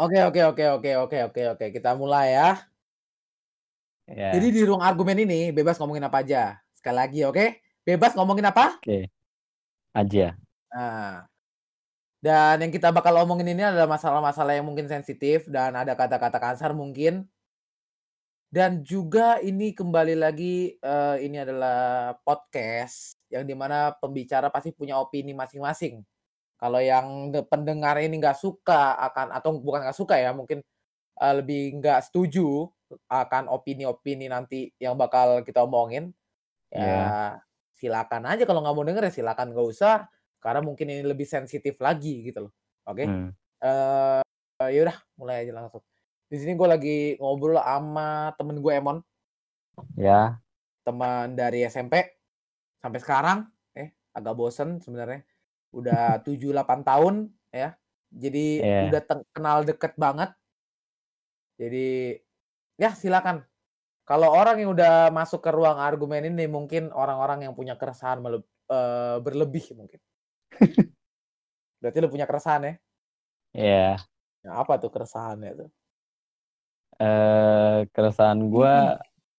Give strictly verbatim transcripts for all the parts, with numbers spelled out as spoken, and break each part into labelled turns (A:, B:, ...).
A: Oke oke oke oke oke oke oke, kita mulai ya. Jadi
B: Ya.
A: di ruang argumen ini bebas ngomongin apa aja. Sekali lagi oke, bebas ngomongin apa?
B: Oke, aja.
A: Nah, dan yang kita bakal omongin ini adalah masalah-masalah yang mungkin sensitif dan ada kata-kata kasar mungkin. Dan juga ini kembali lagi, eee, ini adalah podcast yang di mana pembicara pasti punya opini masing-masing. Kalau yang de pendengar ini nggak suka akan atau bukan nggak suka ya, mungkin, eee, lebih nggak setuju akan opini-opini nanti yang bakal kita omongin,
B: Iya.
A: ya silakan aja kalau nggak mau denger ya silakan nggak usah, karena mungkin ini lebih sensitif lagi gitu loh, oke?
B: Mmm.
A: Eee, ya udah mulai aja langsung. Di sini gue lagi ngobrol ama temen gue Emon.
B: Ya.
A: Teman dari S M P sampai sekarang, eh, agak bosen sebenarnya. Udah tujuh, delapan tahun ya. Jadi udah
B: Iya.
A: teng kenal deket banget. Jadi, ya silakan. Kalau orang yang udah masuk ke ruang argumen ini mungkin orang-orang yang punya keresahan meleb eee, berlebih mungkin. Berarti lu punya keresahan ya?
B: Iya.
A: Nah, apa tuh keresahannya tuh?
B: Eee, keresahan gua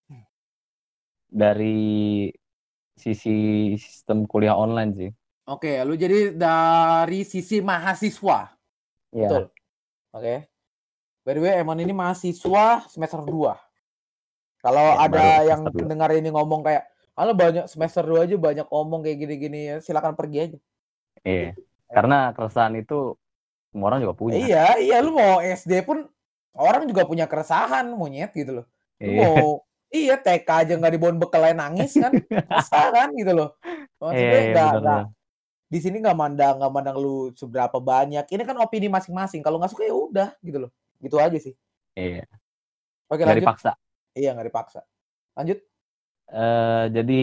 B: dari sisi sistem kuliah online sih.
A: Oke, lu jadi dari sisi mahasiswa,
B: Iya.
A: betul? Oke. By the way Emon ini mahasiswa semester dua. Kalau
B: Ya, baru
A: ada
B: semester
A: yang
B: dua.
A: pendengar ini ngomong kayak, "Alah banyak semester dua aja banyak ngomong kayak gini-gini ya," silakan pergi aja.
B: Iya, karena keresahan itu semua orang juga punya.
A: Iya iya, lu mau S D pun orang juga punya keresahan monyet gitu loh. Lu mau
B: Iya.
A: iya T K aja nggak dibawain bekal aja nangis kan, resah kan gitu loh.
B: Iya
A: Maksudnya
B: iya,
A: nggak
B: bener
A: nggak
B: bener.
A: di sini nggak mandang nggak mandang lu seberapa banyak, ini kan opini masing-masing, kalau nggak suka ya udah gitu loh, gitu aja sih.
B: Iya.
A: Oke
B: Nggak
A: lanjut.
B: dipaksa.
A: Iya nggak dipaksa. Lanjut.
B: Eee, jadi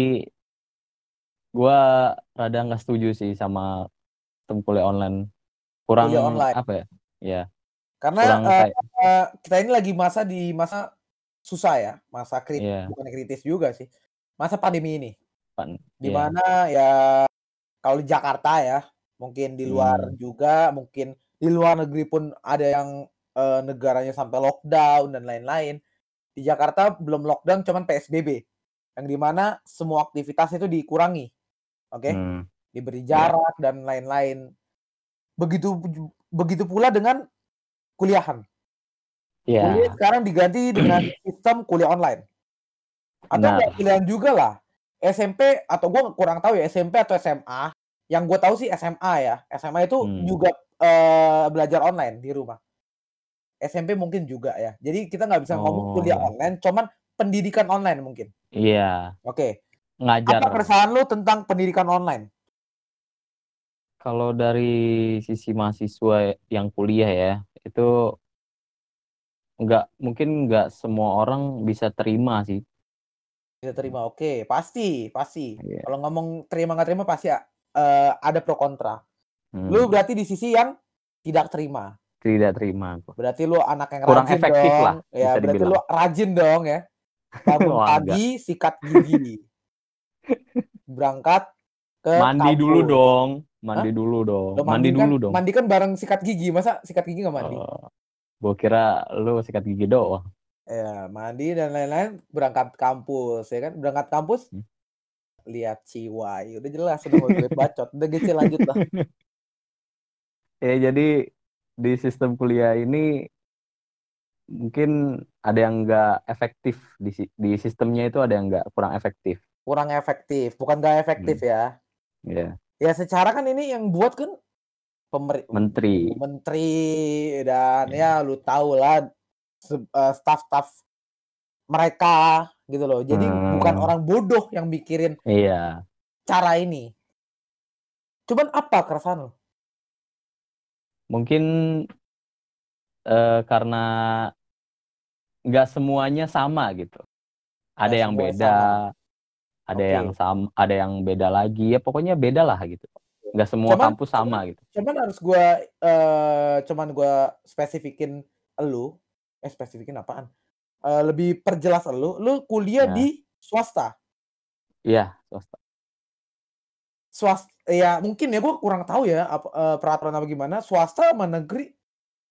B: gua rada nggak setuju sih sama sistem kuliah online. Kurang
A: Kuliah online.
B: apa ya, iya,
A: Karena,
B: kurang kayak
A: eee, kita ini lagi masa di masa susah ya, masa krit
B: Iya.
A: bukannya kritis juga sih, masa pandemi ini.
B: Pan
A: Di
B: iya.
A: mana ya kalau di Jakarta ya, mungkin di luar
B: Mmm.
A: juga, mungkin di luar negeri pun ada yang, eee, negaranya sampai lockdown dan lain-lain. Di Jakarta belum lockdown cuman P S B B, yang di mana semua aktivitas itu dikurangi, oke?
B: Mmm,
A: Diberi
B: iya.
A: jarak dan lain-lain. Begitu puju begitu pula dengan kuliahan. Kuliah
B: Iya.
A: sekarang diganti dengan sistem kuliah online. Atau nggak
B: Benar.
A: kuliahan jugalah, S M P atau gua kurang tahu ya S M P atau S M A, yang gua tahu sih S M A ya, S M A itu
B: Mmm.
A: juga, eee, belajar online di rumah. S M P mungkin juga ya. Jadi kita nggak bisa ngomong kuliah
B: Oh.
A: online, cuman pendidikan online mungkin.
B: Iya.
A: Oke.
B: Ngajar.
A: Apa keresahan lu tentang pendidikan online?
B: Kalau dari sisi mahasiswa yang kuliah ya, itu nggak mungkin nggak semua orang bisa terima sih.
A: Bisa terima, oke, pasti pasti.
B: Iya.
A: Kalau ngomong terima nggak terima pasti, eee, ada pro kontra. Lu
B: Mmm.
A: berarti di sisi yang tidak terima?
B: Tidak terima aku.
A: Berarti lu anak yang
B: Kurang
A: rajin
B: efektif
A: dong,
B: lah,
A: ya
B: bisa
A: berarti lu
B: dibilang.
A: rajin dong ya. Bangun
B: Wah, enggak.
A: pagi, sikat gigi. Berangkat ke
B: Mandi dulu
A: kampus.
B: dong
A: Hah?
B: mandi dulu dong
A: Loh
B: mandi
A: mandi kan
B: dulu dong.
A: mandi kan bareng sikat gigi, masa sikat gigi nggak mandi?
B: Oh, gua kira lu sikat gigi doang.
A: Ya, mandi dan lain-lain, berangkat kampus ya kan, berangkat kampus
B: Mmm.
A: lihat ciwai, udah jelas udah nggak usah bacot, udah Gc lanjutlah.
B: Ya jadi, di sistem kuliah ini mungkin ada yang nggak efektif di si di sistemnya itu ada yang nggak kurang efektif.
A: Kurang efektif, bukan nggak efektif
B: Mmm.
A: ya.
B: Iya.
A: Ya secara kan ini yang buat kan pemeri
B: Menteri.
A: menteri dan
B: Iya.
A: ya lu tahulah seb eee, staf-staf mereka gitu loh. Jadi bukan
B: Mmm.
A: orang bodoh yang mikirin
B: Iya.
A: cara ini. Cuman apa keresahan lu?
B: Mungkin, eee, karena nggak semuanya sama gitu. Ada
A: Nggak
B: yang
A: semuanya
B: beda,
A: sama.
B: ada yang
A: Oke.
B: sam ada yang beda lagi, ya pokoknya bedalah gitu. Nggak semua
A: Cuman
B: kampus
A: cuman
B: sama gitu.
A: cuman harus gua, eee, cuman gua spesifikin elu, eh spesifikin apaan, eee, lebih perjelas elu, lu kuliah
B: Ya.
A: di swasta?
B: Iya, swasta.
A: Swas ya mungkin ya gua kurang tahu ya ap eee, peraturan apa gimana, swasta sama negeri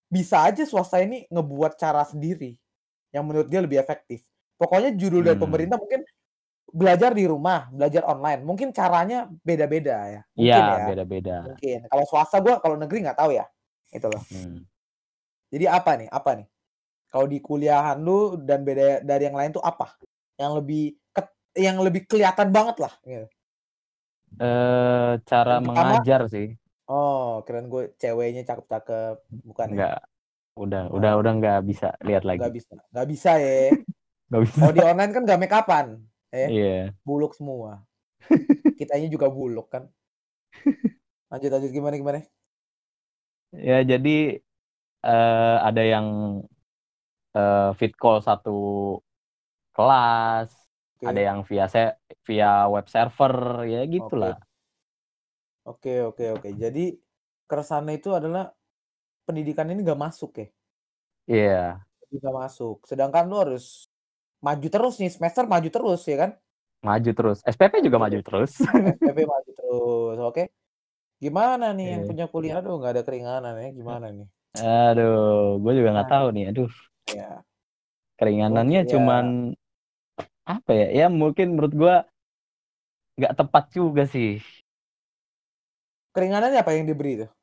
A: bisa aja swasta ini ngebuat cara sendiri, yang menurut dia lebih efektif. Pokoknya judul dari
B: Mmm.
A: pemerintah mungkin, belajar di rumah, belajar online, mungkin caranya beda-beda ya,
B: Iya,
A: mungkin ya,
B: beda-beda.
A: mungkin. Kalau swasta gua kalau negeri nggak tahu ya, gitu loh.
B: Mmm.
A: Jadi apa nih apa nih, kalau di kuliahan lu dan beda dari yang lain tuh apa? Yang lebih ket yang lebih kelihatan banget lah, gitu.
B: Eee, cara
A: Yang pertama
B: mengajar sih.
A: oh kirain gue ceweknya cakep-cakep, bukan ya?
B: Enggak, udah udah
A: Oh.
B: udah nggak bisa lihat
A: Nggak
B: lagi.
A: bisa nggak bisa ye.
B: Nggak bisa.
A: Kalau di online kan nggak make-up-an, eh,
B: Iya.
A: buluk semua. Kitanya juga buluk kan. Lanjut lanjut, gimana gimana?
B: Ya jadi, eee, ada yang, eee, vid call satu kelas, ada
A: Oke.
B: yang via se via web server, ya
A: Oke.
B: gitulah.
A: Oke oke oke. Jadi, keresahannya itu adalah, pendidikan ini nggak masuk ya?
B: Iya.
A: Nggak masuk, sedangkan lu harus maju terus nih, semester maju terus ya kan?
B: Maju terus, S-P-P
A: Maju
B: juga
A: terus,
B: maju terus.
A: S-P-P maju terus, oke. Gimana nih yang
B: Iya.
A: punya kuliah, aduh nggak ada keringanan ya, gimana nih?
B: Aduh, gua juga nggak
A: Nah.
B: tahu nih, aduh.
A: Iya.
B: Keringanannya
A: Mungkin
B: cuman,
A: ya
B: apa ya, ya mungkin menurut gua nggak tepat juga sih.
A: Keringanannya apa yang diberi tuh?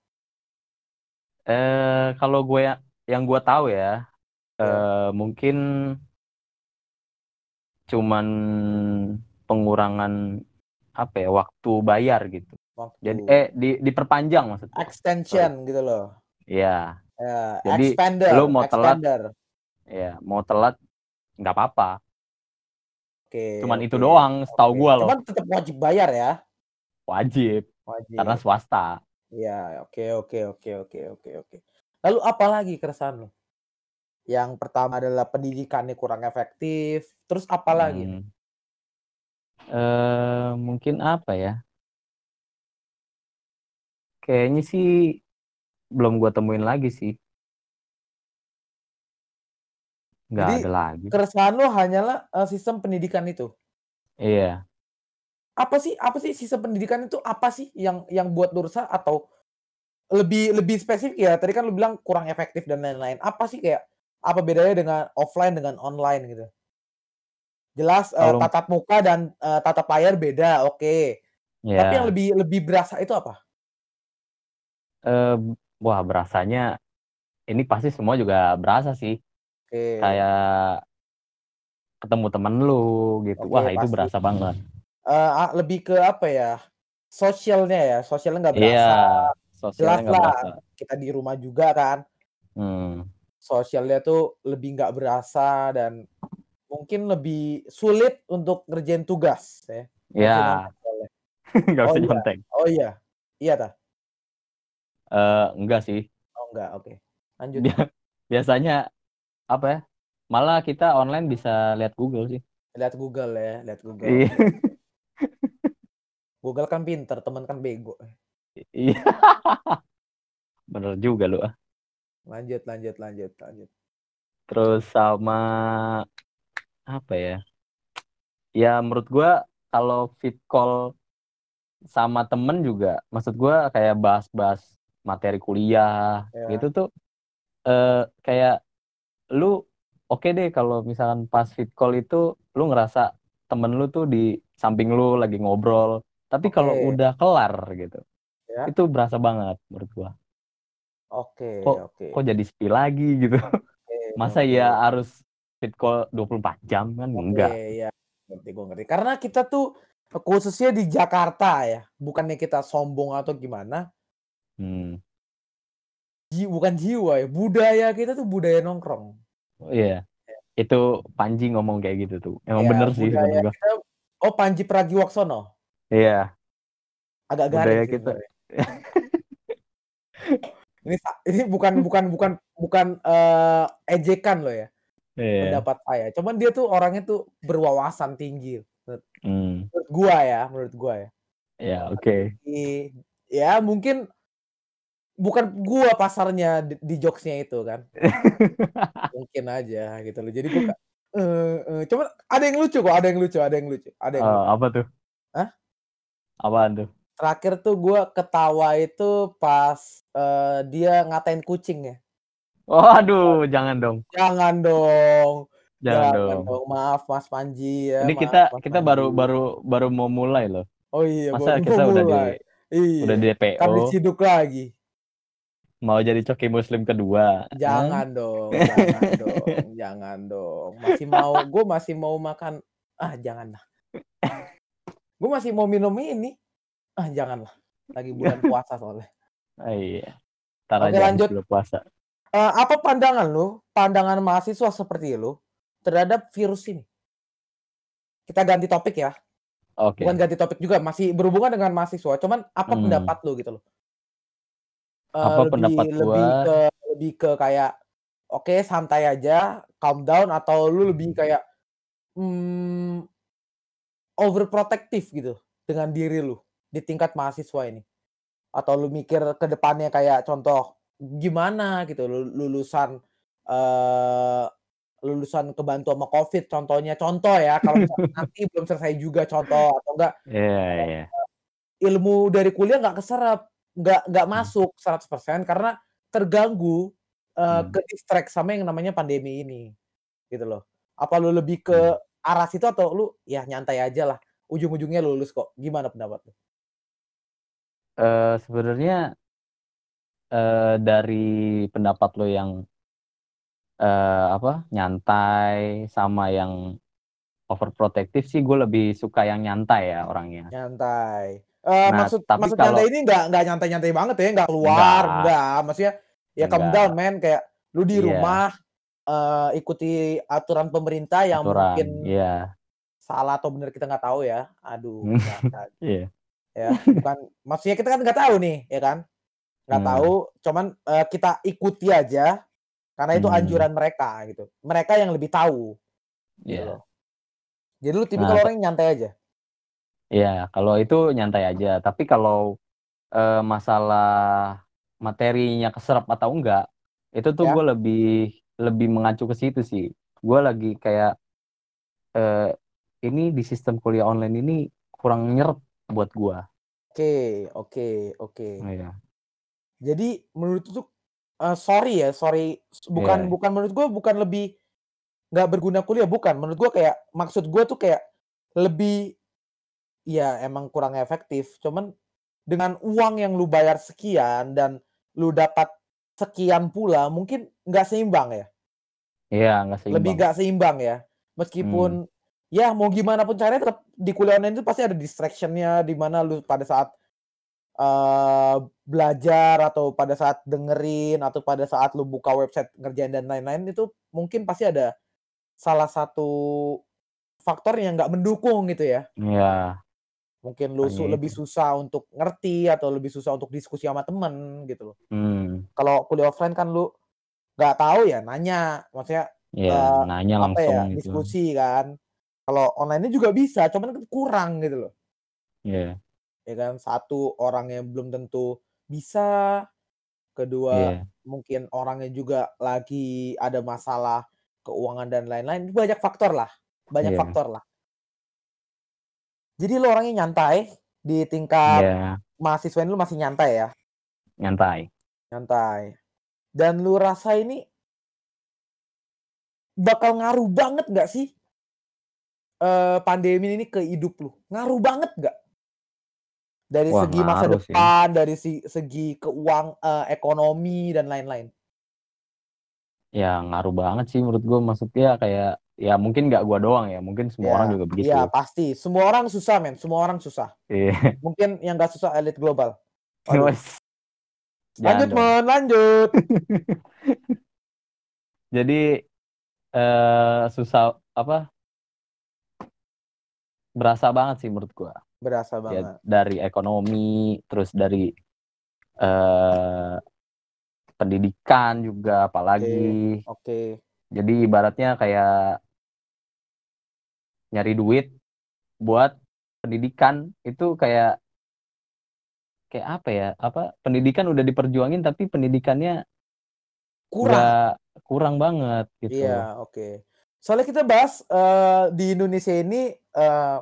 B: Eee, kalau gue ya yang gua tahu ya,
A: Iya.
B: eee, mungkin cuman pengurangan, apa ya, waktu bayar gitu. Jad
A: Waktu.
B: eh, di diperpanjang maksud gua, sorry.
A: Extension gitu loh.
B: Iya.
A: Ya,
B: Jadi lu
A: expander
B: mau telat
A: expander.
B: iya, mau telat nggak apa-apa.
A: Oke
B: Cuman itu
A: oke
B: doang setahu
A: oke,
B: gua loh.
A: cuman tetep wajib bayar ya?
B: Wajib, karena
A: Wajib.
B: swasta.
A: Iya, oke oke oke oke oke oke. Lalu apalagi keresahan lu? Yang pertama adalah pendidikannya kurang efektif, terus apalagi nih?
B: Mmm. Eee, mungkin apa ya? Kayaknya sih, belum gua temuin lagi sih. Nggak
A: Jadi,
B: ada lagi.
A: keresahan lu hanyalah, eee, sistem pendidikan itu?
B: Iya.
A: Apa sih apa sih sistem pendidikan itu apa sih yang yang buat lu resah atau, lebih lebih spesifik ya tadi kan lu bilang kurang efektif dan lain-lain, apa sih kayak, apa bedanya dengan offline dengan online gitu? Jelas, eee,
B: Kalau
A: tatap muka dan, eee, tatap layar beda, oke. Tapi yang
B: Iya.
A: lebih lebih berasa itu apa?
B: Mmm, wah berasanya, ini pasti semua juga berasa sih.
A: Oke.
B: Kayak ketemu temen lu gitu, wah
A: Oke
B: itu
A: pasti.
B: berasa banget.
A: Eee, a lebih ke apa ya, sosialnya ya, sosialnya nggak
B: Iya,
A: berasa.
B: sosialnya nggak
A: Jelaslah
B: berasa.
A: kita di rumah juga kan.
B: Mmm.
A: Sosialnya tuh lebih nggak berasa dan, mungkin lebih sulit untuk ngerjain tugas ya, nggak
B: Iya.
A: bisa nyontek soalnya.
B: Nggak
A: Oh
B: bisa
A: iya
B: nyontek.
A: oh iya? Iya tah?
B: Eee, enggak sih.
A: Oh enggak, oke. Lanjut.
B: Bia biasanya, apa ya, malah kita online bisa lihat Google sih.
A: Lihat Google ya, lihat Google,
B: Iya.
A: oke oke. Google kan pinter, temen kan bego.
B: I iya. Bener juga lu, ah.
A: Lanjut lanjut lanjut lanjut.
B: Terus sama, apa ya. Ya menurut gua, kalau vid call sama temen juga, maksud gua kayak bahas-bahas materi kuliah, gitu
A: Ya.
B: tuh, eee, kayak lu, oke deh kalau misalkan pas vid call itu, lu ngerasa temen lu tuh di samping lu lagi ngobrol, tapi kalau
A: Oke.
B: udah kelar gitu,
A: Ya.
B: itu berasa banget menurut gua.
A: Oke
B: Kok kok
A: oke.
B: jadi sepi lagi gitu.
A: Oke
B: Masa
A: oke
B: iya
A: oke.
B: harus vid call dua puluh empat jam? Kan
A: Oke,
B: enggak.
A: iya, ngerti gua ngerti. Karena kita tuh, khususnya di Jakarta ya, bukannya kita sombong atau gimana
B: Mmm.
A: ji bukan jiwa ya, budaya kita tuh budaya nongkrong.
B: Oh iya,
A: Ya.
B: itu Panji ngomong kayak gitu tuh, emang
A: Iya,
B: bener sih
A: budaya
B: sebenernya.
A: kita oh Pandji Pragiwaksono?
B: Iya.
A: Agak garing
B: Budaya
A: sih
B: kita.
A: sebenarnya. Ini sa ini bukan bukan bukan bukan, eee, ejekan loh ya,
B: Iya.
A: pendapat saya, cuman dia tuh orangnya tuh berwawasan tinggi, menurut
B: Mmm.
A: menurut gua ya menurut gua ya.
B: Iya, oke.
A: Jadi, ya mungkin bukan gua pasarnya di di jokes-nya itu kan. Mungkin aja gitu loh, jadi gua kayak, eee eee, cuman ada yang lucu kok, ada yang lucu ada yang lucu ada yang
B: Eee,
A: lucu.
B: apa tuh?
A: Hah?
B: Apaan tuh?
A: Terakhir tuh gua ketawa itu pas, eee, dia ngatain kucing ya.
B: Waduh, jangan dong.
A: Jangan dong
B: Jangan
A: jangan
B: dong.
A: dong. Maaf Mas Panji ya,
B: Ini
A: maaf
B: kita
A: Mas
B: kita baru
A: Panji.
B: baru baru mau mulai loh.
A: Oh iya, baru
B: Masa
A: mau
B: kita udah
A: mulai.
B: di udah
A: Iya,
B: di
A: entar
B: D-P-O,
A: diciduk lagi.
B: mau jadi coki muslim kedua, hah?
A: Jangan dong jangan dong jangan dong. Masih mau gue masih mau makan ah janganlah. Gue masih mau minum ini. Ah janganlah, lagi bulan puasa soalnya.
B: Oh iya, entar
A: Oke
B: aja habis
A: lanjut.
B: buka puasa.
A: Eee, apa pandangan lu, pandangan mahasiswa seperti lu, terhadap virus ini? Kita ganti topik ya. Bukan
B: Oke.
A: ganti topik juga, masih berhubungan dengan mahasiswa, cuman apa
B: Mmm.
A: pendapat lu gitu loh? Eee,
B: Apa
A: lebih
B: pendapat
A: lebih
B: gua
A: ke lebih ke kayak, oke santai aja, calm down, atau lu lebih kayak, mmm overprotective gitu, dengan diri lu, di tingkat mahasiswa ini? Atau lu mikir ke depannya kayak contoh, gimana gitu lu lulusan, eee, lulusan kebantu sama Covid contohnya, contoh ya, kalau misalkan nanti belum selesai juga contoh, atau enggak,
B: Iya iya.
A: eee, ilmu dari kuliah nggak keserap, nggak nggak
B: Mmm.
A: masuk seratus persen karena terganggu, eee,
B: Mmm.
A: ke-distract sama yang namanya pandemi ini, gitu loh. Apa lu lebih ke
B: Mmm.
A: arah situ atau lu, ya nyantai ajalah, ujung-ujungnya lulus kok, gimana pendapat lu?
B: Eee, sebenarnya eee, dari pendapat lu yang eee, apa, nyantai sama yang overprotective sih gue lebih suka yang nyantai ya orangnya.
A: Nyantai. Eee,
B: Nah,
A: maksud
B: tapi
A: maksud nyantai
B: kalau
A: ini nggak nggak nyantai-nyantai banget ya, nggak keluar,
B: enggak
A: enggak, maksudnya ya calm down
B: enggak.
A: man, kayak lu di
B: Iya.
A: rumah, eee, ikuti aturan pemerintah yang
B: Aturan,
A: mungkin
B: iya.
A: salah atau bener kita nggak tahu ya. Aduh bahasa
B: Iya.
A: ya, bukan maksudnya kita kan nggak tahu nih, ya kan? Nggak
B: Mmm.
A: tahu, cuman, eee, kita ikuti aja, karena itu
B: Mmm.
A: anjuran mereka gitu. Mereka yang lebih tahu, gitu
B: Iya.
A: loh. Jadi lu tipikal
B: Nah, te
A: orang yang nyantai aja?
B: Iya, kalau itu nyantai aja, tapi kalau, eee, masalah materinya keserap atau enggak, itu tuh gue
A: Ya.
B: lebih lebih mengacu ke situ sih. Gue lagi kayak, eee, ini di sistem kuliah online ini kurang nyerep buat gua.
A: Oke oke oke.
B: Iya.
A: Jadi menurut lu tuh, eee, sorry ya, sorry bukan
B: Iya.
A: bukan menurut gua bukan lebih nggak berguna kuliah, bukan. Menurut gua kayak maksud gua tuh kayak lebih ya emang kurang efektif, cuman dengan uang yang lu bayar sekian dan lu dapat sekian pula, mungkin nggak seimbang ya?
B: Iya, nggak
A: Lebih
B: seimbang.
A: nggak seimbang ya.
B: Mmm.
A: Meskipun ya mau gimana pun caranya tetep di kuliah online itu pasti ada distraction-nya, di mana lu pada saat, eee, belajar atau pada saat dengerin atau pada saat lu buka website ngerjain dan lain-lain itu mungkin pasti ada salah satu faktor yang nggak mendukung gitu ya.
B: Iya.
A: Mungkin lu
B: Makanya
A: su lebih
B: itu.
A: susah untuk ngerti atau lebih susah untuk diskusi sama temen gitu loh.
B: Mmm.
A: Kalau kuliah offline kan lu nggak tahu ya nanya, maksudnya,
B: Iya,
A: eee,
B: nanya
A: apa
B: langsung
A: ya,
B: gitu.
A: diskusi kan. Kalau online-nya juga bisa, cuman kan kurang gitu loh.
B: Iya.
A: Ya kan, satu orangnya belum tentu bisa, kedua
B: Iya.
A: mungkin orangnya juga lagi ada masalah keuangan dan lain-lain, banyak faktorlah banyak
B: Iya.
A: faktorlah. Jadi lu orangnya nyantai, di tingkat
B: Iya.
A: mahasiswa ini lu masih nyantai ya?
B: Nyantai.
A: Nyantai. Dan lu rasa ini bakal ngaruh banget nggak sih eee, pandemi ini ke hidup lu? Ngaruh banget nggak? Dari
B: Wah,
A: segi masa
B: ngaruh sih.
A: depan, dari si segi keuang eee, ekonomi dan lain-lain?
B: Ya ngaruh banget sih menurut gue, maksudnya kayak, ya mungkin nggak gua doang ya, mungkin semua orang
A: Iya
B: juga
A: iya
B: begitu.
A: pasti, semua orang susah men, semua orang susah.
B: Iya.
A: Mungkin yang nggak susah elit global. Waduh.
B: Wes. Jangan
A: Lanjut
B: dong.
A: Mon, lanjut.
B: Jadi, eee, susah apa berasa banget sih menurut gua.
A: Berasa
B: Ya
A: banget.
B: dari ekonomi, terus dari, eee, pendidikan juga
A: Oke
B: apalagi.
A: oke.
B: Jadi ibaratnya kayak nyari duit buat pendidikan itu kayak kayak apa ya, apa, pendidikan udah diperjuangin tapi pendidikannya
A: Kurang.
B: nggak kurang banget gitu.
A: Iya, oke. Soalnya kita bahas, eee, di Indonesia ini, eee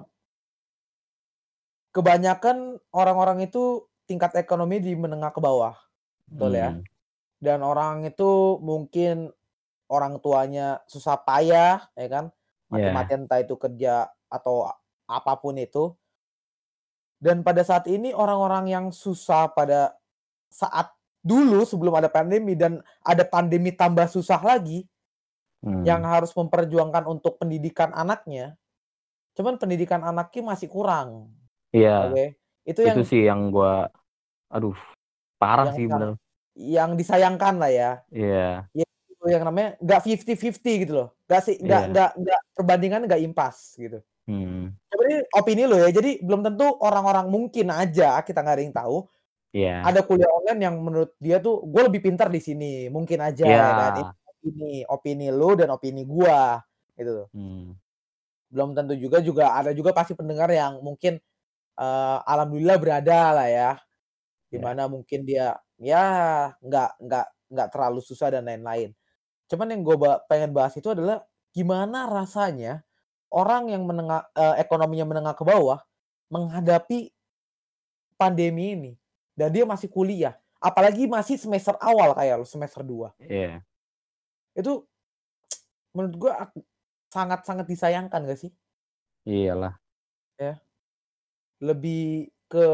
A: kebanyakan orang-orang itu tingkat ekonomi di menengah ke bawah, betul ya?
B: Mmm.
A: dan orang itu mungkin orang tuanya susah payah, ya kan,
B: Iya.
A: mati-matian entah itu kerja atau apapun itu. Dan pada saat ini orang-orang yang susah pada saat dulu sebelum ada pandemi dan ada pandemi tambah susah lagi, yang
B: Mmm.
A: harus memperjuangkan untuk pendidikan anaknya, cuman pendidikan anaknya masih kurang,
B: Iya,
A: oke. Itu
B: itu
A: yang
B: sih yang gua aduh parah
A: yang
B: sih
A: sang
B: bener.
A: yang disayangkanlah ya.
B: Iya.
A: Ya itu yang namanya nggak fifty-fifty gitu loh, nggak si nggak
B: Iya.
A: nggak nggak perbandingannya nggak impas gitu.
B: Mhm.
A: Sebenarnya opini lo ya, jadi belum tentu orang-orang mungkin aja, kita nggak ada yang tahu,
B: Iya.
A: ada kuliah online yang menurut dia tuh, "Gua lebih pintar di sini," mungkin aja ya kan, itu
B: Iya.
A: opini, opini lu dan opini gua, gitu.
B: Mmm.
A: Belum tentu juga juga ada juga pasti pendengar yang mungkin, eee, alhamdulillah beradalah ya, di
B: Iya.
A: mana mungkin dia, ya nggak nggak nggak terlalu susah dan lain-lain. Cuman yang gua ba pengen bahas itu adalah gimana rasanya orang yang menengah eee, ekonominya menengah ke bawah menghadapi pandemi ini dan dia masih kuliah, apalagi masih semester awal kayak lu, semester dua.
B: Iya.
A: Itu menurut gua ak sangat-sangat disayangkan nggak sih?
B: Iyalah.
A: Ya. Lebih ke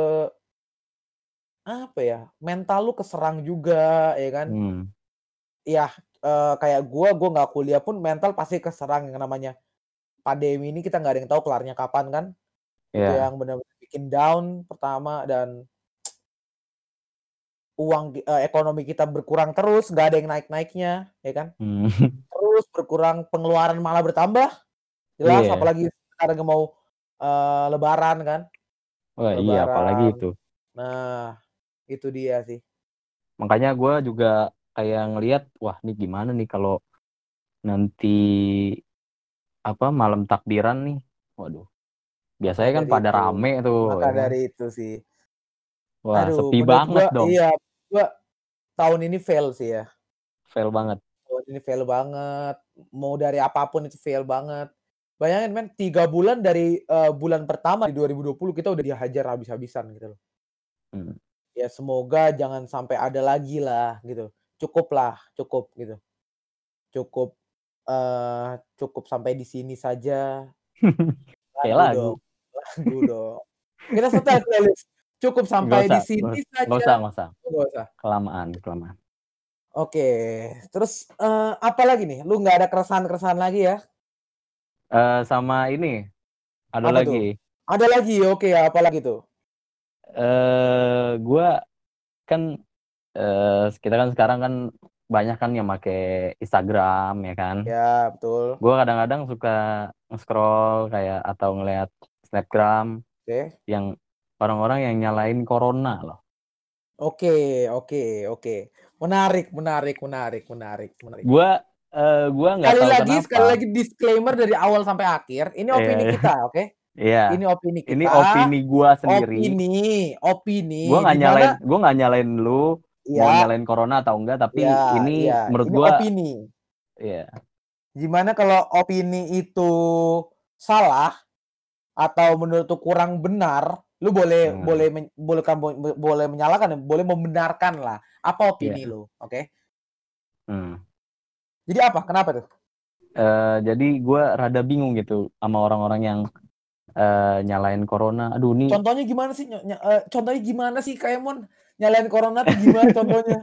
A: apa ya, mental lu keserang juga ya kan.
B: Mmm.
A: Iya, eee, kayak gua, gua nggak kuliah pun mental pasti keserang, yang namanya pandemi ini kita nggak ada yang tahu kelarnya kapan kan. Itu
B: Iya.
A: yang bener-bener bikin down pertama dan uang ki eee, ekonomi kita berkurang terus, nggak ada yang naik-naiknya, ya kan.
B: Mmm.
A: Terus berkurang, pengeluaran malah bertambah, jelas
B: Iya.
A: apalagi sekarang yang mau, eee, lebaran kan,
B: Wah iya, apalagi
A: lebaran.
B: itu.
A: Nah, itu dia sih.
B: Makanya gua juga kayak ngelihat, wah ini gimana nih kalau nanti, apa, malam takbiran nih, waduh,
A: Maka
B: biasanya kan
A: dari
B: pada
A: itu
B: rame tuh
A: maka
B: ya kan.
A: dari itu sih.
B: Wah
A: Aduh,
B: sepi
A: menurut
B: banget
A: gua
B: dong.
A: iya, gua tahun ini fail sih ya.
B: Fail banget.
A: Tahun ini fail banget, mau dari apapun itu fail banget. Bayangin men tiga bulan dari, eee, bulan pertama di dua ribu dua puluh kita udah dihajar habis-habisan gitu loh.
B: Mmm.
A: Ya semoga jangan sampai ada lagi lah gitu, cukuplah, cukup gitu. Cukup, eee, cukup sampai di sini saja.
B: Kayak
A: Lagu
B: lagu.
A: dong, lagu dong. Kita setel playlist, "Cukup
B: Nggak
A: sampai di
B: usah nggak
A: sini
B: nggak usah
A: saja."
B: nggak usah,
A: Oh nggak usah?
B: kelamaan kelamaan.
A: Oke, terus, eee, apalagi nih? Lu nggak ada keresahan-keresahan lagi ya?
B: Eee, sama ini, ada
A: Apa tuh?
B: lagi.
A: Ada lagi? Oke, apalagi tuh?
B: Eee, gua kan, eee, kita kan sekarang kan banyak kan yang make Instagram ya kan.
A: Ya, betul.
B: Gua kadang-kadang suka nge-scroll kayak atau ngelihat snapgram
A: Oke.
B: yang orang-orang yang nyalain corona loh.
A: Oke oke oke. Menarik menarik menarik menarik menarik.
B: Gua, eee, gua nggak
A: Sekali
B: tahu
A: lagi sekali
B: kenapa.
A: lagi disclaimer dari awal sampai akhir, ini
B: Iya
A: opini kita, oke?
B: iya,
A: Ini opini
B: ini
A: kita,
B: opini gua sendiri.
A: opini
B: Gua
A: opini
B: nggak
A: di
B: nyalain
A: mana
B: gua nggak nyalain lu, mau
A: iya
B: nyalain corona atau enggak,
A: iya
B: tapi
A: iya,
B: ini menurut
A: ini
B: gua
A: opini.
B: iya.
A: Gimana kalau opini itu salah atau menurut lu kurang benar, lu boleh
B: Nah,
A: boleh men boleh kam bo boleh menyalahkan, boleh membenarkanlah apa opini
B: iya.
A: lu, oke?
B: Mmm.
A: Jadi apa? Kenapa tuh?
B: Eee, jadi gua rada bingung gitu sama orang-orang yang, eee, nyalain corona, aduh nih
A: Contohnya gimana sih? Nye nye eee, contohnya gimana sih Kak Emon? Nyalain corona tuh gimana contohnya?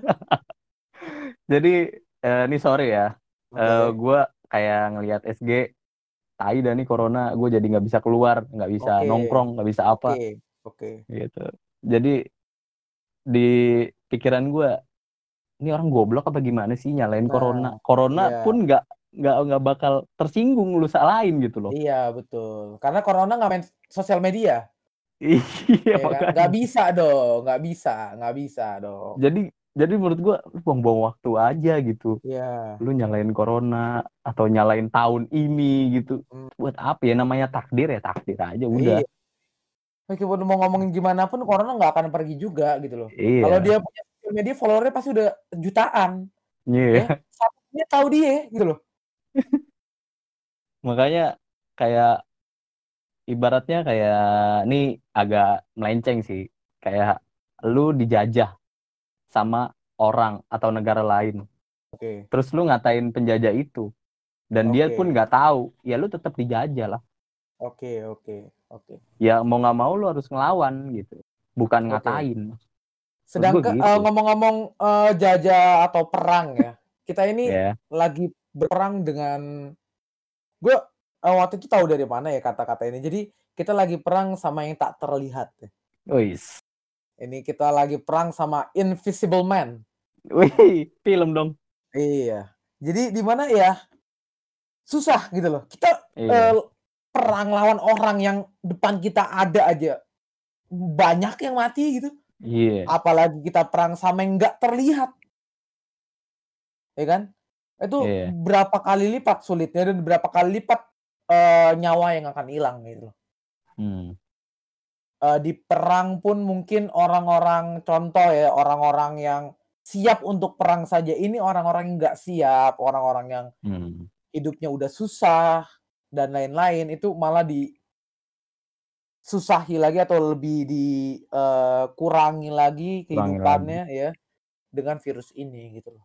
B: jadi, eee, ini sorry ya, eee,
A: Oke
B: gua kayak ngelihat S G, tai dah nih corona, gua jadi nggak bisa keluar, nggak bisa
A: oke
B: nongkrong, nggak bisa
A: oke
B: apa,
A: oke.
B: gitu. Jadi di pikiran gua, ini orang goblok apa gimana sih nyalain
A: Nah,
B: corona? Corona
A: iya
B: pun nggak nggak nggak bakal tersinggung lu salahin gitu loh.
A: iya betul. Karena corona nggak main sosial media,
B: Iya
A: ya kan? Nggak
B: makanya.
A: bisa dong, nggak bisa nggak bisa dong.
B: Jadi jadi menurut gua, lu buang-buang waktu aja gitu.
A: Iya,
B: Lu nyalain corona atau nyalain tahun ini gitu,
A: mmm,
B: buat apa ya, namanya takdir ya takdir aja udah.
A: iya. Meskipun mau ngomongin gimana pun corona nggak akan pergi juga gitu loh. Kalau
B: Iya,
A: dia punya sosial media follower-nya pasti udah jutaan, ya.
B: iya.
A: Satu dunia tahu dia gitu loh.
B: Makanya kayak ibaratnya kayak ini agak melenceng sih, kayak lu dijajah sama orang atau negara lain,
A: Oke.
B: terus lu ngatain penjajah itu, dan dia pun
A: Oke.
B: nggak tahu, ya lu tetap dijajah lah.
A: Oke oke oke.
B: Ya mau nggak mau lu harus ngelawan gitu, bukan
A: Oke.
B: ngatain. Menurut gue
A: Sedangkan eee,
B: gitu.
A: ngomong-ngomong, eee, jajah atau perang ya, kita ini
B: Ya.
A: lagi berperang dengan gue, eee, waktu itu tahu dari mana ya kata-kata ini, jadi kita lagi perang sama yang tak terlihat ya.
B: Wis.
A: Ini kita lagi perang sama Invisible Man.
B: Wih, film dong.
A: Iya. Jadi di mana ya susah gitu loh. Kita,
B: Iya.
A: eee, perang lawan orang yang depan kita ada aja, banyak yang mati gitu,
B: Iya.
A: apalagi kita perang sama yang nggak terlihat. Ya kan? Itu
B: Iya.
A: berapa kali lipat sulitnya dan berapa kali lipat, eee, nyawa yang akan hilang gitu loh.
B: Mmm.
A: Eee, di perang pun mungkin orang-orang contoh ya, orang-orang yang siap untuk perang saja, ini orang-orang yang nggak siap, orang-orang yang
B: Mmm.
A: hidupnya udah susah dan lain-lain, itu malah di susahi lagi atau lebih di, eee, kurangi lagi
B: Kurangi lagi.
A: kehidupannya ya, dengan virus ini gitu loh.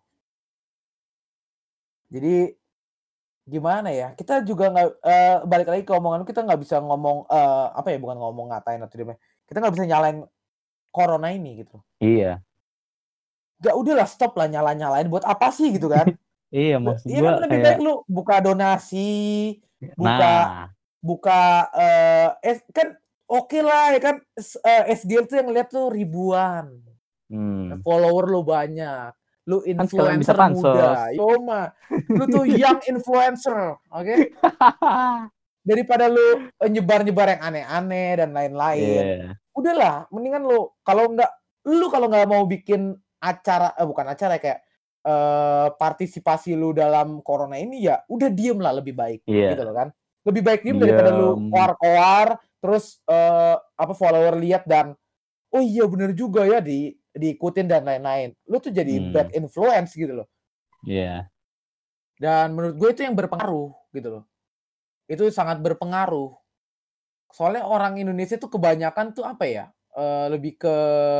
A: Jadi, gimana ya, kita juga nggak eee, balik lagi ke omongan kita nggak bisa ngomong, eee, apa ya, bukan ngomong ngatain atau gimana, kita nggak bisa nyalain corona ini gitu.
B: Iya.
A: Ya udahlah stop lah nyala-nyalain, buat apa sih gitu kan.
B: Iya,
A: Le
B: maksud
A: ya
B: gua
A: kan lebih
B: kayak
A: baik lu buka donasi, buka
B: nah.
A: buka, eee, es kan okelah ya kan, s eee, S D M tuh yang ngelihat tuh ribuan,
B: Mmm.
A: follower lu banyak, lu
B: Kan sekalian bisa
A: influencer muda,
B: pansos.
A: Yoma, lu tuh young influencer, oke? Daripada lu, eee, nyebar-nyebar yang aneh-aneh dan lain-lain,
B: Iya.
A: udahlah mendingan lu kalau nggak lu kalau nggak mau bikin acara eh, bukan acara ya, kayak, eee, partisipasi lu dalam corona ini, ya udah diem lah lebih baik, gitu
B: Iya.
A: loh kan. Lebih baik diem daripada lu
B: Diem.
A: koar-koar, terus, eee, apa, follower lihat dan, "Oh iya bener juga ya," di diikutin dan lain-lain. Lu tuh jadi bad
B: Mmm.
A: influence gitu loh.
B: Iya.
A: Dan menurut gue itu yang berpengaruh, gitu loh. Itu sangat berpengaruh. Soalnya orang Indonesia tuh kebanyakan tuh apa ya, eee, lebih ke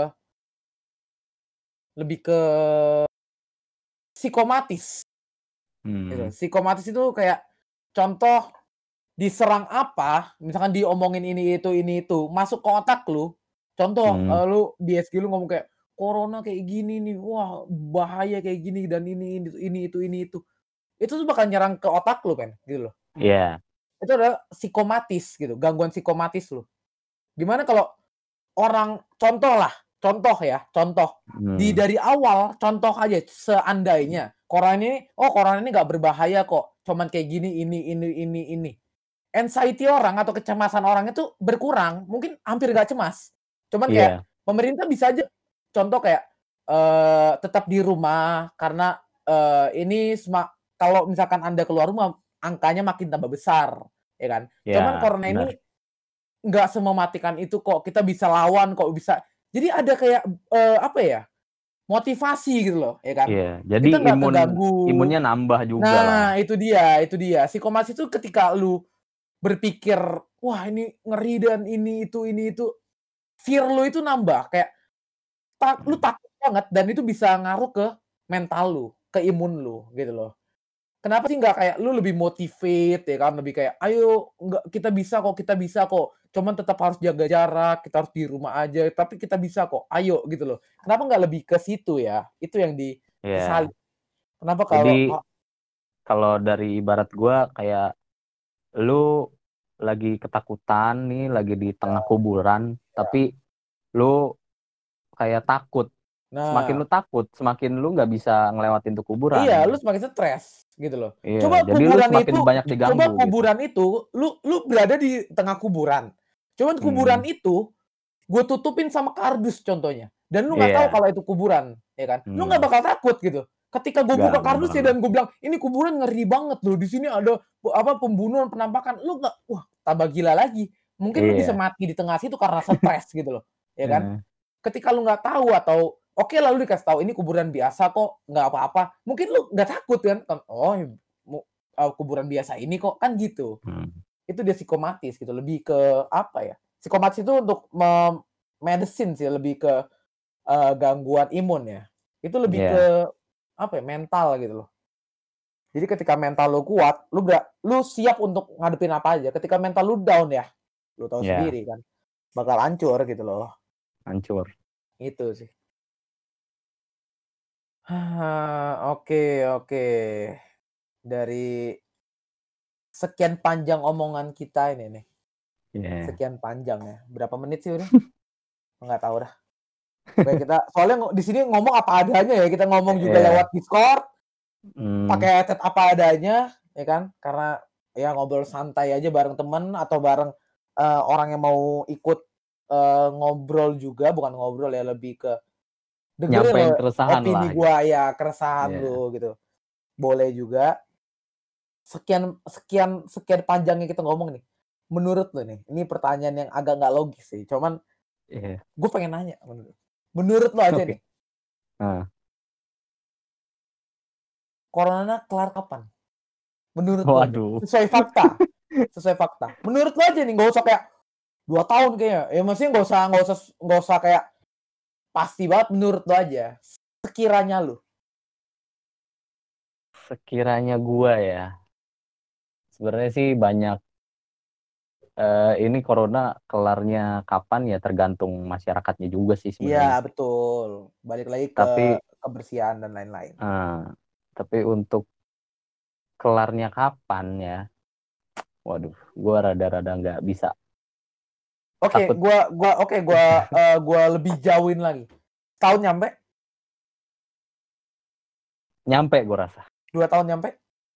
A: lebih ke psikomatis. Gitu,
B: Mmm.
A: psikomatis itu kayak contoh diserang apa, misalkan diomongin ini itu ini itu, masuk ke otak lu, contoh,
B: Mmm.
A: eee, lu di I G lu ngomong kayak, "Corona kayak gini nih, wah bahaya kayak gini dan ini ini ini itu ini itu." Itu tuh bakal nyerang ke otak lu kan, gitu loh.
B: Iya.
A: Itu adalah psikomatis gitu, gangguan psikomatis lu. Gimana kalau orang contoh lah, contoh ya, contoh, di
B: Mmm.
A: dari awal, contoh aja, seandainya corona ini, "Oh corona ini nggak berbahaya kok, cuman kayak gini, ini ini ini ini." Anxiety orang atau kecemasan orang itu berkurang, mungkin hampir nggak cemas. Cuman kayak
B: Iya.
A: pemerintah bisa aja contoh kayak, eee, tetap di rumah karena, eee, ini sema kalau misalkan Anda keluar rumah, angkanya makin tambah besar, ya kan. Cuman
B: Iya,
A: corona ini
B: bener.
A: nggak semematikan itu kok, kita bisa lawan kok, bisa jadi ada kayak, eee, apa ya, motivasi gitu loh, ya kan.
B: Iya, jadi
A: Kita nggak
B: imun
A: keganggu.
B: imunnya nambah jugalah.
A: Nah, itu dia itu dia, psikomatis itu ketika lu berpikir, "Wah ini ngeri dan ini itu ini itu," fear lu itu nambah, kayak tak lu
B: Mmm.
A: takut banget dan itu bisa ngaruh ke mental lu, ke imun lu, gitu loh. Kenapa sih nggak kayak lu lebih motivate ya kan, lebih kayak, "Ayo, nggak kita bisa kok kita bisa kok, cuman tetap harus jaga jarak, kita harus di rumah aja, tapi kita bisa kok, ayo," gitu loh. Kenapa nggak lebih ke situ ya, itu yang disesali.
B: Iya.
A: Kenapa kalau
B: Jadi,
A: o
B: kalau dari ibarat gua kayak lu lagi ketakutan nih, lagi di
A: Ya.
B: tengah kuburan,
A: Ya.
B: tapi lu kayak takut. Semakin lu
A: Nah.
B: takut, semakin lu nggak bisa ngelewatin tuh
A: Iya,
B: kuburan,
A: lu
B: gitu.
A: semakin stres, gitu loh.
B: Iya,
A: Coba
B: jadi lu
A: kuburan
B: semakin
A: itu
B: banyak
A: coba
B: diganggu, gitu.
A: kuburan itu, lu lu berada di tengah kuburan, cuman kuburan
B: Mmm.
A: itu, gua tutupin sama kardus contohnya, dan lu nggak tahu
B: Iya.
A: kalau itu kuburan, ya kan. Lu nggak
B: Mmm.
A: bakal takut gitu. Ketika gua
B: Nggak
A: buka
B: nggak bakal
A: kardusnya dan
B: takut.
A: gua bilang, "Ini kuburan ngeri banget loh, di sini ada pe apa, pembunuhan, penampakan." Lu nggak wah, tambah gila lagi. Mungkin lu bisa
B: Iya.
A: mati di tengah situ karena stres gitu loh, ya kan.
B: Heeh.
A: Ketika lu nggak tahu atau okelah lu dikasih tahu, "Ini kuburan biasa kok, nggak apa-apa." Mungkin lu nggak takut kan, kan, "Oh, mu eee, kuburan biasa ini kok," kan gitu.
B: Mmm.
A: Itu dia psikomatis gitu, lebih ke apa ya, psikomatis itu untuk me medicine sih, lebih ke, eee, gangguan imun ya. Itu lebih ke,
B: Iya.
A: apa ya, mental gitu loh. Jadi ketika mental lu kuat, lu ga lu siap untuk ngadepin apa aja. Ketika mental lu down ya, lu tahu
B: Iya.
A: sendiri kan, bakal hancur gitu loh.
B: Hancur.
A: Itu sih. Oke oke. Dari sekian panjang omongan kita ini nih,
B: Iya.
A: sekian panjang ya, berapa menit sih udah? Nggak tahu dah. Pokoknya kita soalnya ngo di sini ngomong apa adanya ya, kita ngomong juga
B: Iya.
A: lewat Discord, pakai
B: Mmm.
A: headset apa adanya, ya kan. Karena ya ngobrol santai aja bareng temen atau bareng, eee, orang yang mau ikut, eee, ngobrol juga, bukan ngobrol ya, lebih ke dengerin
B: Nyampein
A: loh
B: keresahan
A: opini
B: lah.
A: gua ya, keresahan
B: Iya.
A: lu gitu. Boleh juga. Sekian sekian sekian panjangnya kita ngomong nih, menurut lu nih, ini pertanyaan yang agak nggak logis sih, cuman
B: Iya.
A: gue pengen nanya menurut lu. Menurut lu aja
B: Oke.
A: nih
B: Heeh.
A: corona kelar kapan? Menurut lu aja,
B: Waduh.
A: sesuai fakta sesuai fakta. Menurut lu aja nih, nggak usah kayak dua tahun kayaknya, ya maksudnya nggak usah nggak usah nggak usah kayak pasti banget, menurut lu aja, sekiranya lu.
B: Sekiranya gua ya, sebenarnya sih banyak eee, ini corona kelarnya kapan ya tergantung masyarakatnya juga sih
A: Iya
B: sebenarnya.
A: betul, balik lagi ke
B: Tapi
A: kebersihan dan lain-lain.
B: eee, tapi untuk kelarnya kapan ya, waduh, gua rada-rada nggak bisa.
A: Oke,
B: Takut.
A: gua gua oke, gua, eee, gua lebih jauhin lagi. Setahun nyampe?
B: Nyampe gua rasa.
A: dua tahun nyampe?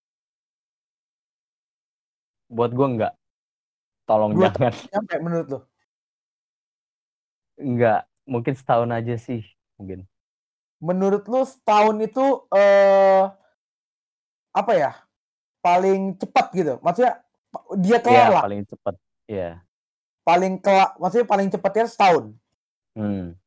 B: Buat gua enggak, tolong
A: dua
B: jangan.
A: tahun nyampe menurut lu?
B: Enggak, mungkin setahun aja sih, mungkin.
A: Menurut lu setahun itu, eee, apa ya, paling cepat gitu? Maksudnya pa dia
B: Iya,
A: kelar lah,
B: paling cepet, iya.
A: paling kela maksudnya paling cepatnya setahun?
B: Mmm.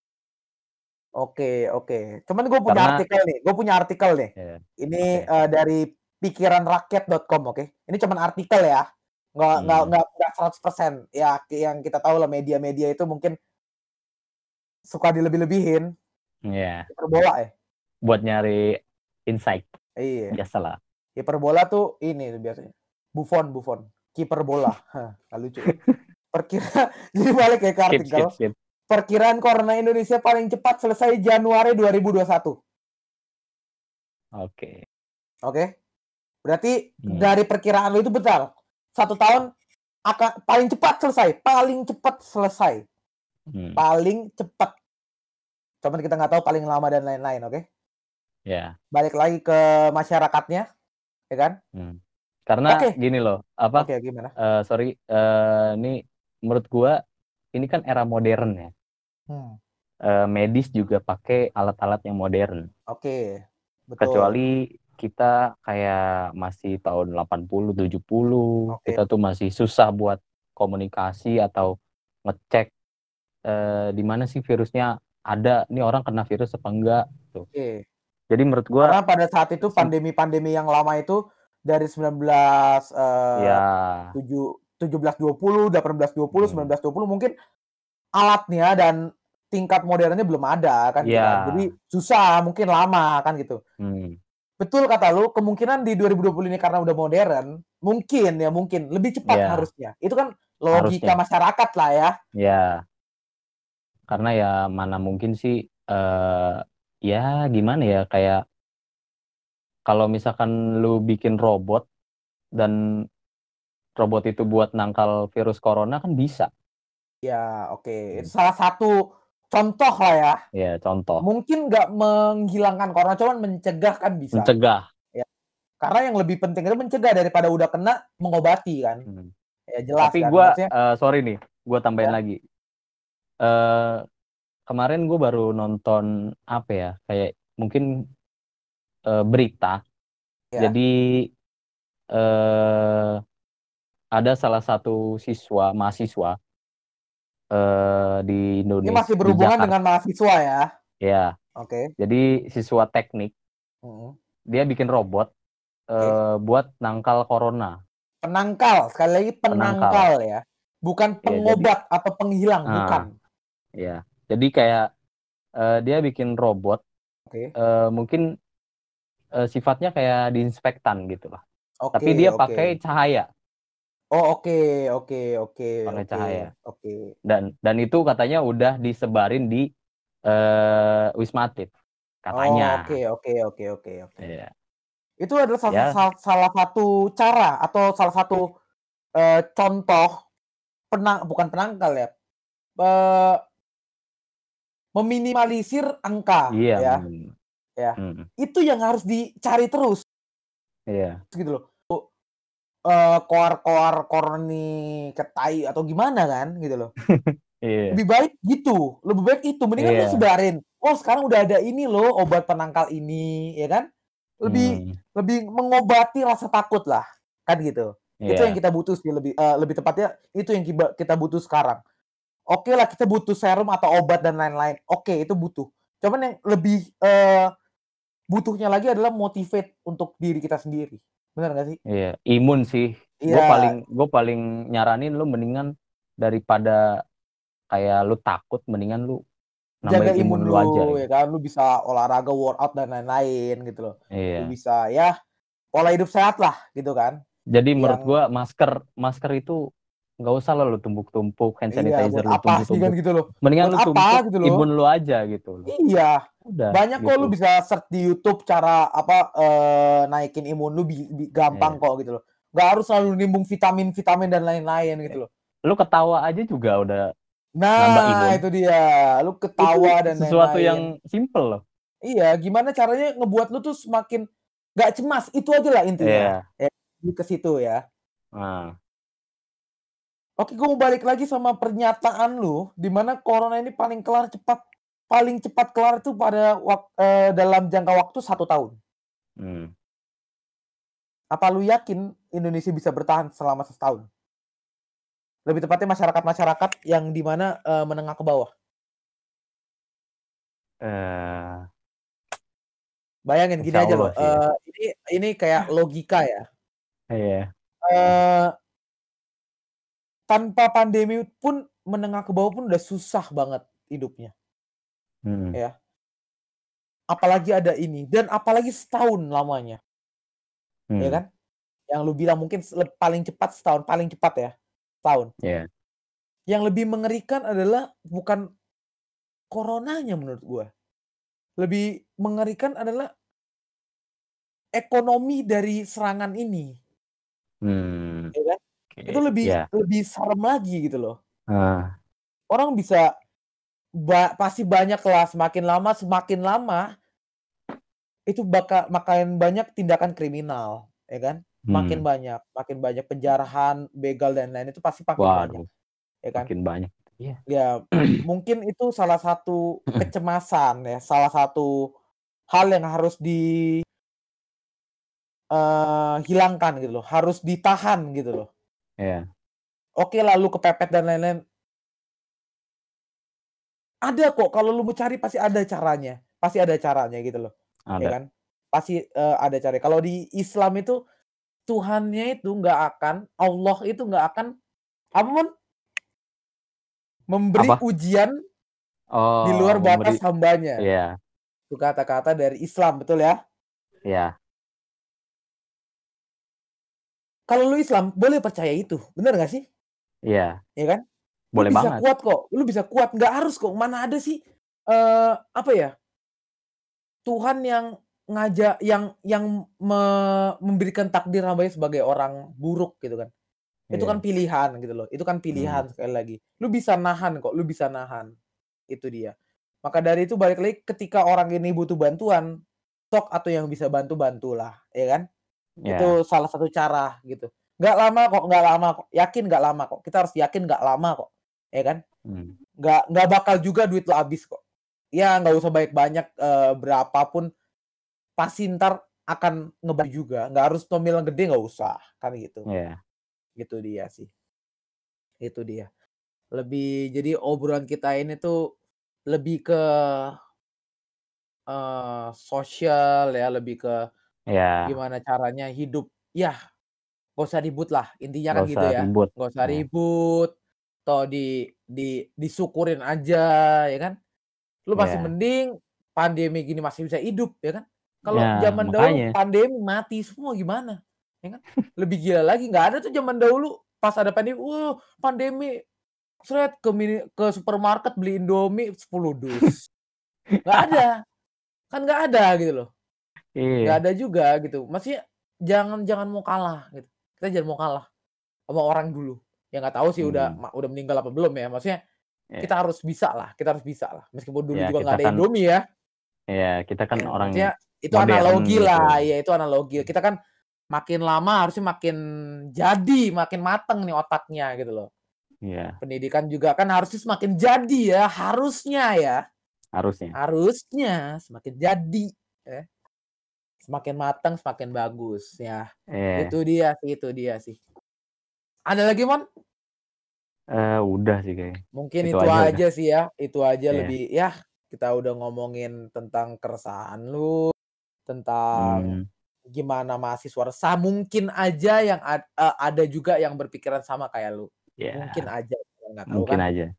A: Oke oke. Cuman gua punya
B: Karena
A: artikel nih gua punya artikel nih.
B: iya,
A: Ini,
B: oke.
A: eee, dari pikiran rakyat dot com, oke. Ini cuman artikel ya, nggak nggak
B: Mmm.
A: nggak nggak seratus persen. Ya yang kita tahu lah media-media itu mungkin suka dilebih-lebihin.
B: Iya.
A: Hiperbola ya?
B: Buat nyari insight,
A: Iya.
B: biasalah.
A: Hiperbola tuh ini tuh biasanya, Buffon Buffon, kiper bola. Hah, nggak lucu ya. Perkira jadi balik ya ke
B: Skip
A: artikel,
B: skip skip.
A: perkiraan corona Indonesia paling cepat selesai Januari dua ribu dua satu.
B: Oke.
A: Oke. Berarti
B: Mmm.
A: dari perkiraan lu itu benar, satu tahun akan paling cepat selesai paling cepat selesai.
B: Mmm.
A: Paling cepat. Cuman kita nggak tahu paling lama dan lain-lain, oke.
B: Iya.
A: Balik lagi ke masyarakatnya, ya kan.
B: Mmm. Karena
A: Oke.
B: gini loh, apa,
A: Oke, gimana?
B: eee, sorry, eee, ini menurut gua, ini kan era modern ya.
A: Hmm.
B: Eee, medis juga pakai alat-alat yang modern.
A: Oke, betul.
B: Kecuali kita kayak masih tahun delapan puluh, tujuh puluh,
A: Oke.
B: kita tuh masih susah buat komunikasi atau ngecek, eee, di mana sih virusnya ada, nih orang kena virus apa enggak, tuh.
A: Oke.
B: Jadi menurut gua
A: Karena pada saat itu
B: sim
A: pandemi-pandemi yang lama itu dari sembilan belas, eee,
B: Iya.
A: tujuh tujuh belas dua puluh, delapan belas dua puluh, sembilan
B: Mhm.
A: belas dua puluh mungkin alatnya dan tingkat modernnya belum ada kan gitu kan.
B: Iya.
A: Jadi susah, mungkin lama kan gitu.
B: Mmm.
A: Betul kata lu, kemungkinan di dua ribu dua puluh ini karena udah modern, mungkin ya mungkin, lebih cepat
B: Iya.
A: harusnya. Itu kan logika
B: Harusnya.
A: masyarakat lah ya.
B: Iya. Karena ya mana mungkin sih, eee, ya gimana ya, kayak kalau misalkan lu bikin robot dan robot itu buat nangkal virus corona kan bisa.
A: Ya, oke. Itu
B: Mmm.
A: salah satu contoh lah ya.
B: Iya, contoh.
A: Mungkin nggak menghilangkan corona, cuman mencegah kan bisa.
B: Mencegah.
A: Ya. Karena yang lebih penting itu mencegah daripada udah kena, mengobati kan.
B: Mhm.
A: Ya jelas
B: Tapi
A: kan,
B: gua,
A: maksudnya
B: eee, sorry nih, gua tambahin
A: Ya.
B: lagi. Eee, kemarin gua baru nonton, apa ya, kayak mungkin, eee, berita.
A: Ya.
B: Jadi, eee, ada salah satu siswa mahasiswa eee, di
A: Ini
B: Indones
A: masih
B: di
A: berhubungan
B: Jakar
A: dengan mahasiswa ya?
B: Iya.
A: Oke.
B: Jadi siswa teknik
A: Mhm.
B: dia bikin robot,
A: Oke.
B: eee, buat nangkal corona.
A: Penangkal, sekali lagi
B: Penangkal.
A: penangkal ya, bukan
B: Iya, jadi
A: pengobat atau penghilang,
B: heeh,
A: bukan.
B: iya. Jadi kayak, eee, dia bikin robot,
A: Oke.
B: eee, mungkin, eee, sifatnya kayak disinfektan gitu loh, tapi
A: Oke
B: dia pakai
A: oke.
B: cahaya.
A: Oh, oke oke oke
B: Pakai
A: oke
B: cahaya.
A: oke.
B: Dan dan itu katanya udah disebarin di, eee, Wisma Atlet,
A: Oh,
B: katanya.
A: oke oke oke oke oke.
B: Iya.
A: Itu adalah sa
B: Ya.
A: sa salah satu cara atau salah satu, eee, contoh pena bukan penangkal ya, eee meminimalisir angka
B: Iya,
A: ya
B: mhm.
A: ya.
B: Mhm.
A: Itu yang harus dicari terus.
B: Iya.
A: Gitu loh. U eee, koar-koar korni ke tai atau gimana kan, gitu loh.
B: Iya.
A: Lebih baik gitu, lebih baik itu, mendingan lu
B: Iya.
A: sebarin, "Oh, sekarang udah ada ini loh, obat penangkal ini," ya kan. Lebih
B: Mmm.
A: lebih mengobati rasa takutlah, kan gitu. Itu yang
B: Iya.
A: kita butuh sih lebih eee, lebih tepatnya itu yang kiba kita butuh sekarang. Okelah kita butuh serum atau obat dan lain-lain, oke itu butuh. Cuman yang lebih, eee, butuhnya lagi adalah motivate untuk diri kita sendiri, bener nggak sih?
B: Iya, imun sih. Gue paling
A: Iya.
B: gue paling nyaranin lu mendingan daripada kayak lu takut, mendingan lu
A: Jaga
B: nambahin imun
A: imun
B: lu aja
A: lu,
B: gitu.
A: ya kan. Lu bisa olahraga, workout dan lain-lain gitu loh. Lu
B: Iya.
A: bisa ya pola hidup sehatlah gitu kan,
B: Jadi menurut
A: yang
B: gua masker masker itu nggak usah lah lu tumpuk-tumpuk, hand
A: Iya,
B: sanitizer
A: buat
B: lu
A: apa sih kan
B: tumpuk-tumpuk,
A: gitu loh,
B: mendingan
A: buat
B: lu tumpuk
A: apa gitu
B: imun
A: loh.
B: lu aja gitu loh.
A: Iya,
B: Udah,
A: banyak kok lu
B: gitu.
A: bisa search di YouTube cara apa, eee, naikin imun lu bi bi gampang
B: Iya.
A: kok gitu loh. Nggak harus selalu nimbun vitamin-vitamin dan lain-lain
B: E
A: gitu loh.
B: lu ketawa aja juga udah nambah
A: Nah,
B: imun.
A: itu dia, lu ketawa
B: Itu
A: dan
B: sesuatu
A: lain-lain.
B: yang simpel loh.
A: Iya, gimana caranya ngebuat lu tuh semakin nggak cemas, itu ajalah intinya,
B: Iya.
A: ya lebih ke situ ya.
B: Nah.
A: Oke, gue mau balik lagi sama pernyataan lu, di mana corona ini paling kelar cepat paling cepat kelar itu pada wak eee, dalam jangka waktu satu tahun.
B: Mmm.
A: Apa lu yakin Indonesia bisa bertahan selama setahun? Lebih tepatnya masyarakat-masyarakat yang di mana, eee, menengah ke bawah.
B: Eee
A: Bayangin gini
B: Insya
A: aja
B: Allah
A: loh,
B: sih ya.
A: eee, ini ini kayak logika ya.
B: Iya.
A: Eee tanpa pandemi pun, menengah ke bawah pun udah susah banget hidupnya.
B: Mhm.
A: Ya. Apalagi ada ini, dan apalagi setahun lamanya. Ya
B: Mmm.
A: kan? Yang lu bilang mungkin seleb paling cepat setahun, paling cepat ya, setahun.
B: Iya.
A: Yang lebih mengerikan adalah bukan coronanya menurut gua, lebih mengerikan adalah ekonomi dari serangan ini.
B: Mmm,
A: Ya kan? Itu
B: oke,
A: lebih
B: iya.
A: lebih serem lagi gitu loh.
B: Heeh.
A: Orang bisa ba pasti banyaklah, semakin lama semakin lama itu baka makin banyak tindakan kriminal, ya kan. Makin
B: Mmm.
A: banyak makin banyak penjarahan, begal dan lain itu pasti makin banyak,
B: Waduh,
A: ya kan.
B: makin banyak, iya.
A: Ya, mungkin itu salah satu kecemasan ya, salah satu hal yang harus di eee, hilangkan gitu loh, harus ditahan gitu loh.
B: Iya.
A: Okelah lu kepepet dan lain-lain ada kok, kalau lu mau cari pasti ada caranya pasti ada caranya gitu loh, ya
B: Ada.
A: kan. Pasti, eee, ada caranya. Kalau di Islam itu, Tuhannya itu nggak akan Allah itu nggak akan apa, Mon? Memberi
B: Apa?
A: ujian di luar
B: Oh,
A: batas
B: memberi
A: hambanya.
B: iya.
A: Itu kata-kata dari Islam, betul ya?
B: Iya.
A: Kalau lu Islam, boleh percaya itu, bener nggak sih?
B: Iya.
A: Ya kan? Lu
B: Boleh
A: bisa
B: banget.
A: kuat kok lu bisa kuat, nggak harus kok, mana ada sih, eee, apa ya Tuhan yang ngaja yang yang me memberikan takdir hambanya sebagai orang buruk gitu kan. Itu kan
B: Iya.
A: pilihan gitu loh, itu kan
B: Mmm.
A: pilihan sekali lagi. Lu bisa nahan kok, lu bisa nahan, itu dia. Maka dari itu balik lagi ketika orang ini butuh bantuan, sok atuh yang bisa bantu, bantulah, ya kan.
B: Iya.
A: Itu salah satu cara gitu. Nggak lama kok nggak lama kok, yakin nggak lama kok, kita harus yakin nggak lama kok, ya kan.
B: Mmm.
A: Nggak nggak bakal juga duit lu habis kok. Ya nggak usah banyak banyak, eee, berapa pun, pasti entar akan ngebalik juga, nggak harus nominal gede nggak usah, kan gitu.
B: Iya.
A: Itu dia sih. Itu dia. Lebih jadi obrolan kita ini tuh lebih ke eee, sosial ya, lebih ke
B: Iya.
A: gimana caranya hidup yah, nggak usah ributlah, intinya
B: Nggak
A: kan gitu
B: usah
A: ya.
B: ribut,
A: Nggak usah
B: iya.
A: ribut, toh di di disyukurin aja ya kan. Lu masih
B: Iya.
A: mending pandemi gini masih bisa hidup, ya kan. Kalau
B: Ya,
A: zaman dahulu
B: makanya.
A: pandemi mati semua gimana, ya kan. Lebih gila lagi, nggak ada tuh zaman dahulu pas ada pandemi, "Wuh, pandemi," sret ke mini ke supermarket beli Indomie sepuluh dus. Nggak ada, kan nggak ada gitu loh. Nggak
B: Iya.
A: ada juga gitu. Maksudnya jangan jangan mau kalah gitu. Kita jangan mau kalah sama orang dulu. Ya nggak tahu sih udah
B: Mmm.
A: ma udah meninggal apa belum ya. Maksudnya
B: Iya.
A: kita harus bisalah kita harus bisalah. Meskipun dulu
B: Ya
A: juga
B: kita
A: nggak ada
B: kan
A: Indomie ya.
B: iya, kita kan
A: Ya
B: orang
A: maksudnya itu
B: modern gitu.
A: analogilah, ya itu analogi.
B: Mmm.
A: Kita kan makin lama harusnya makin jadi, makin mateng nih otaknya gitu loh.
B: Iya.
A: Pendidikan juga kan harusnya semakin jadi ya, harusnya ya.
B: Harusnya.
A: Harusnya semakin jadi, ya. Semakin mateng, semakin bagus, ya.
B: Iya.
A: Itu dia sih itu dia sih. Ada lagi, Mon?
B: Eee, udah sih kayaknya.
A: Mungkin
B: Itu
A: itu
B: aja udah.
A: aja sih ya, itu aja
B: Iya.
A: lebih yah kita udah ngomongin tentang keresahan lu, tentang
B: Mmm.
A: gimana mahasiswa resah, mungkin aja yang ad eee, ada juga yang berpikiran sama kayak lu. Mungkin
B: Iya.
A: aja, kita nggak tahu
B: Mungkin
A: kan.
B: aja.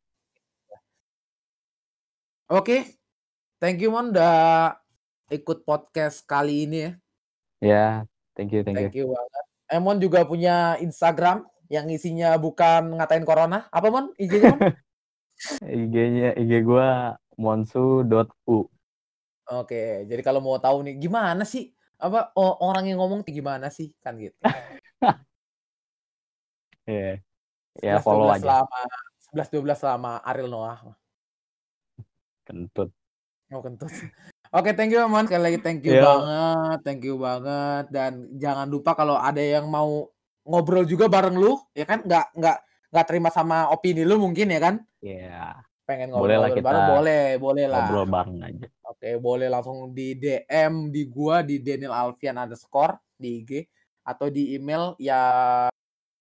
A: Oke, thank you Mon, udah ikut podcast kali ini ya.
B: Iya, thank you thank you.
A: Thank you banget. Eh, Mon juga punya Instagram yang isinya bukan ngatain corona. Apa Mon I G-nya, Mon?
B: I G-nya I G gua monsu dot u.
A: Oke, jadi kalau mau tahu nih, gimana sih, apa, o orang yang ngomong tuh gimana sih? Kan gitu.
B: Iya. Ya
A: sebelas dua
B: follow
A: belas
B: aja.
A: sama sebelas dua belas sama Ariel Noah mah.
B: Kentut.
A: Oh kentut. Oke, thank you ya Mon, sekali lagi thank you
B: Yo.
A: banget thank you banget, dan jangan lupa kalau ada yang mau ngobrol juga bareng lu, ya kan, nggak nggak nggak terima sama opini lu mungkin ya kan?
B: Iya.
A: Pengen
B: Bolehlah
A: ngobrol-ngobrol bareng,
B: kita
A: boleh bolehlah.
B: ngobrol bareng aja.
A: Oke, boleh langsung di D M di gua di daniel alfian underscore di I G atau di email ya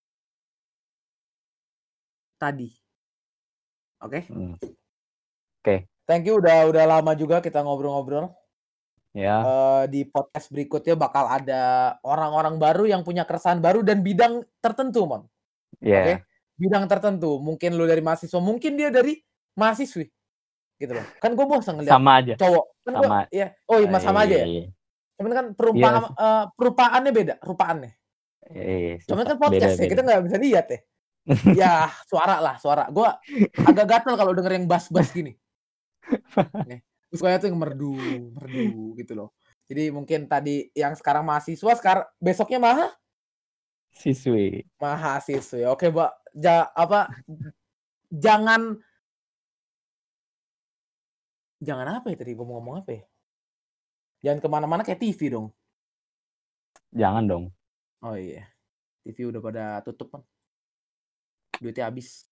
A: tadi. Oke?
B: Mhm. Oke.
A: Thank you udah udah lama juga kita ngobrol-ngobrol.
B: Ya.
A: Eee, di podcast berikutnya bakal ada orang-orang baru yang punya keresahan baru dan bidang tertentu, Mon.
B: Iya.
A: Oke? Bidang tertentu, mungkin lu dari mahasiswa, mungkin dia dari mahasiswi, gitu loh. Kan gua bosen ngelihat
B: Sama aja.
A: cowok, kan gua
B: Sama.
A: ya oh
B: Eee,
A: ma
B: iya
A: sama
B: iya
A: aja ya?
B: iya.
A: Cuman kan
B: Iya
A: perumpama
B: sih.
A: eee, perumpaannya beda, rupaannya.
B: Iya,
A: Cuman
B: susah.
A: kan podcast ya,
B: Beda-beda.
A: kita nggak bisa lihat ya. Yah, suaralah, suara. Gua agak gatel kalau denger yang bass-bass gini. Nih, suaranya tuh yang merdu merdu gitu loh. Jadi mungkin tadi yang sekarang mahasiswa, sekar besoknya maha
B: Siswi.
A: mahasiswi. Oke, Mbak, ja apa, jangan jangan apa ya tadi gua mau ngomong apa ya? Jangan ke mana-mana kayak T V dong.
B: Jangan dong.
A: Oh iya, T V udah pada tutup, Mon. Duitnya habis.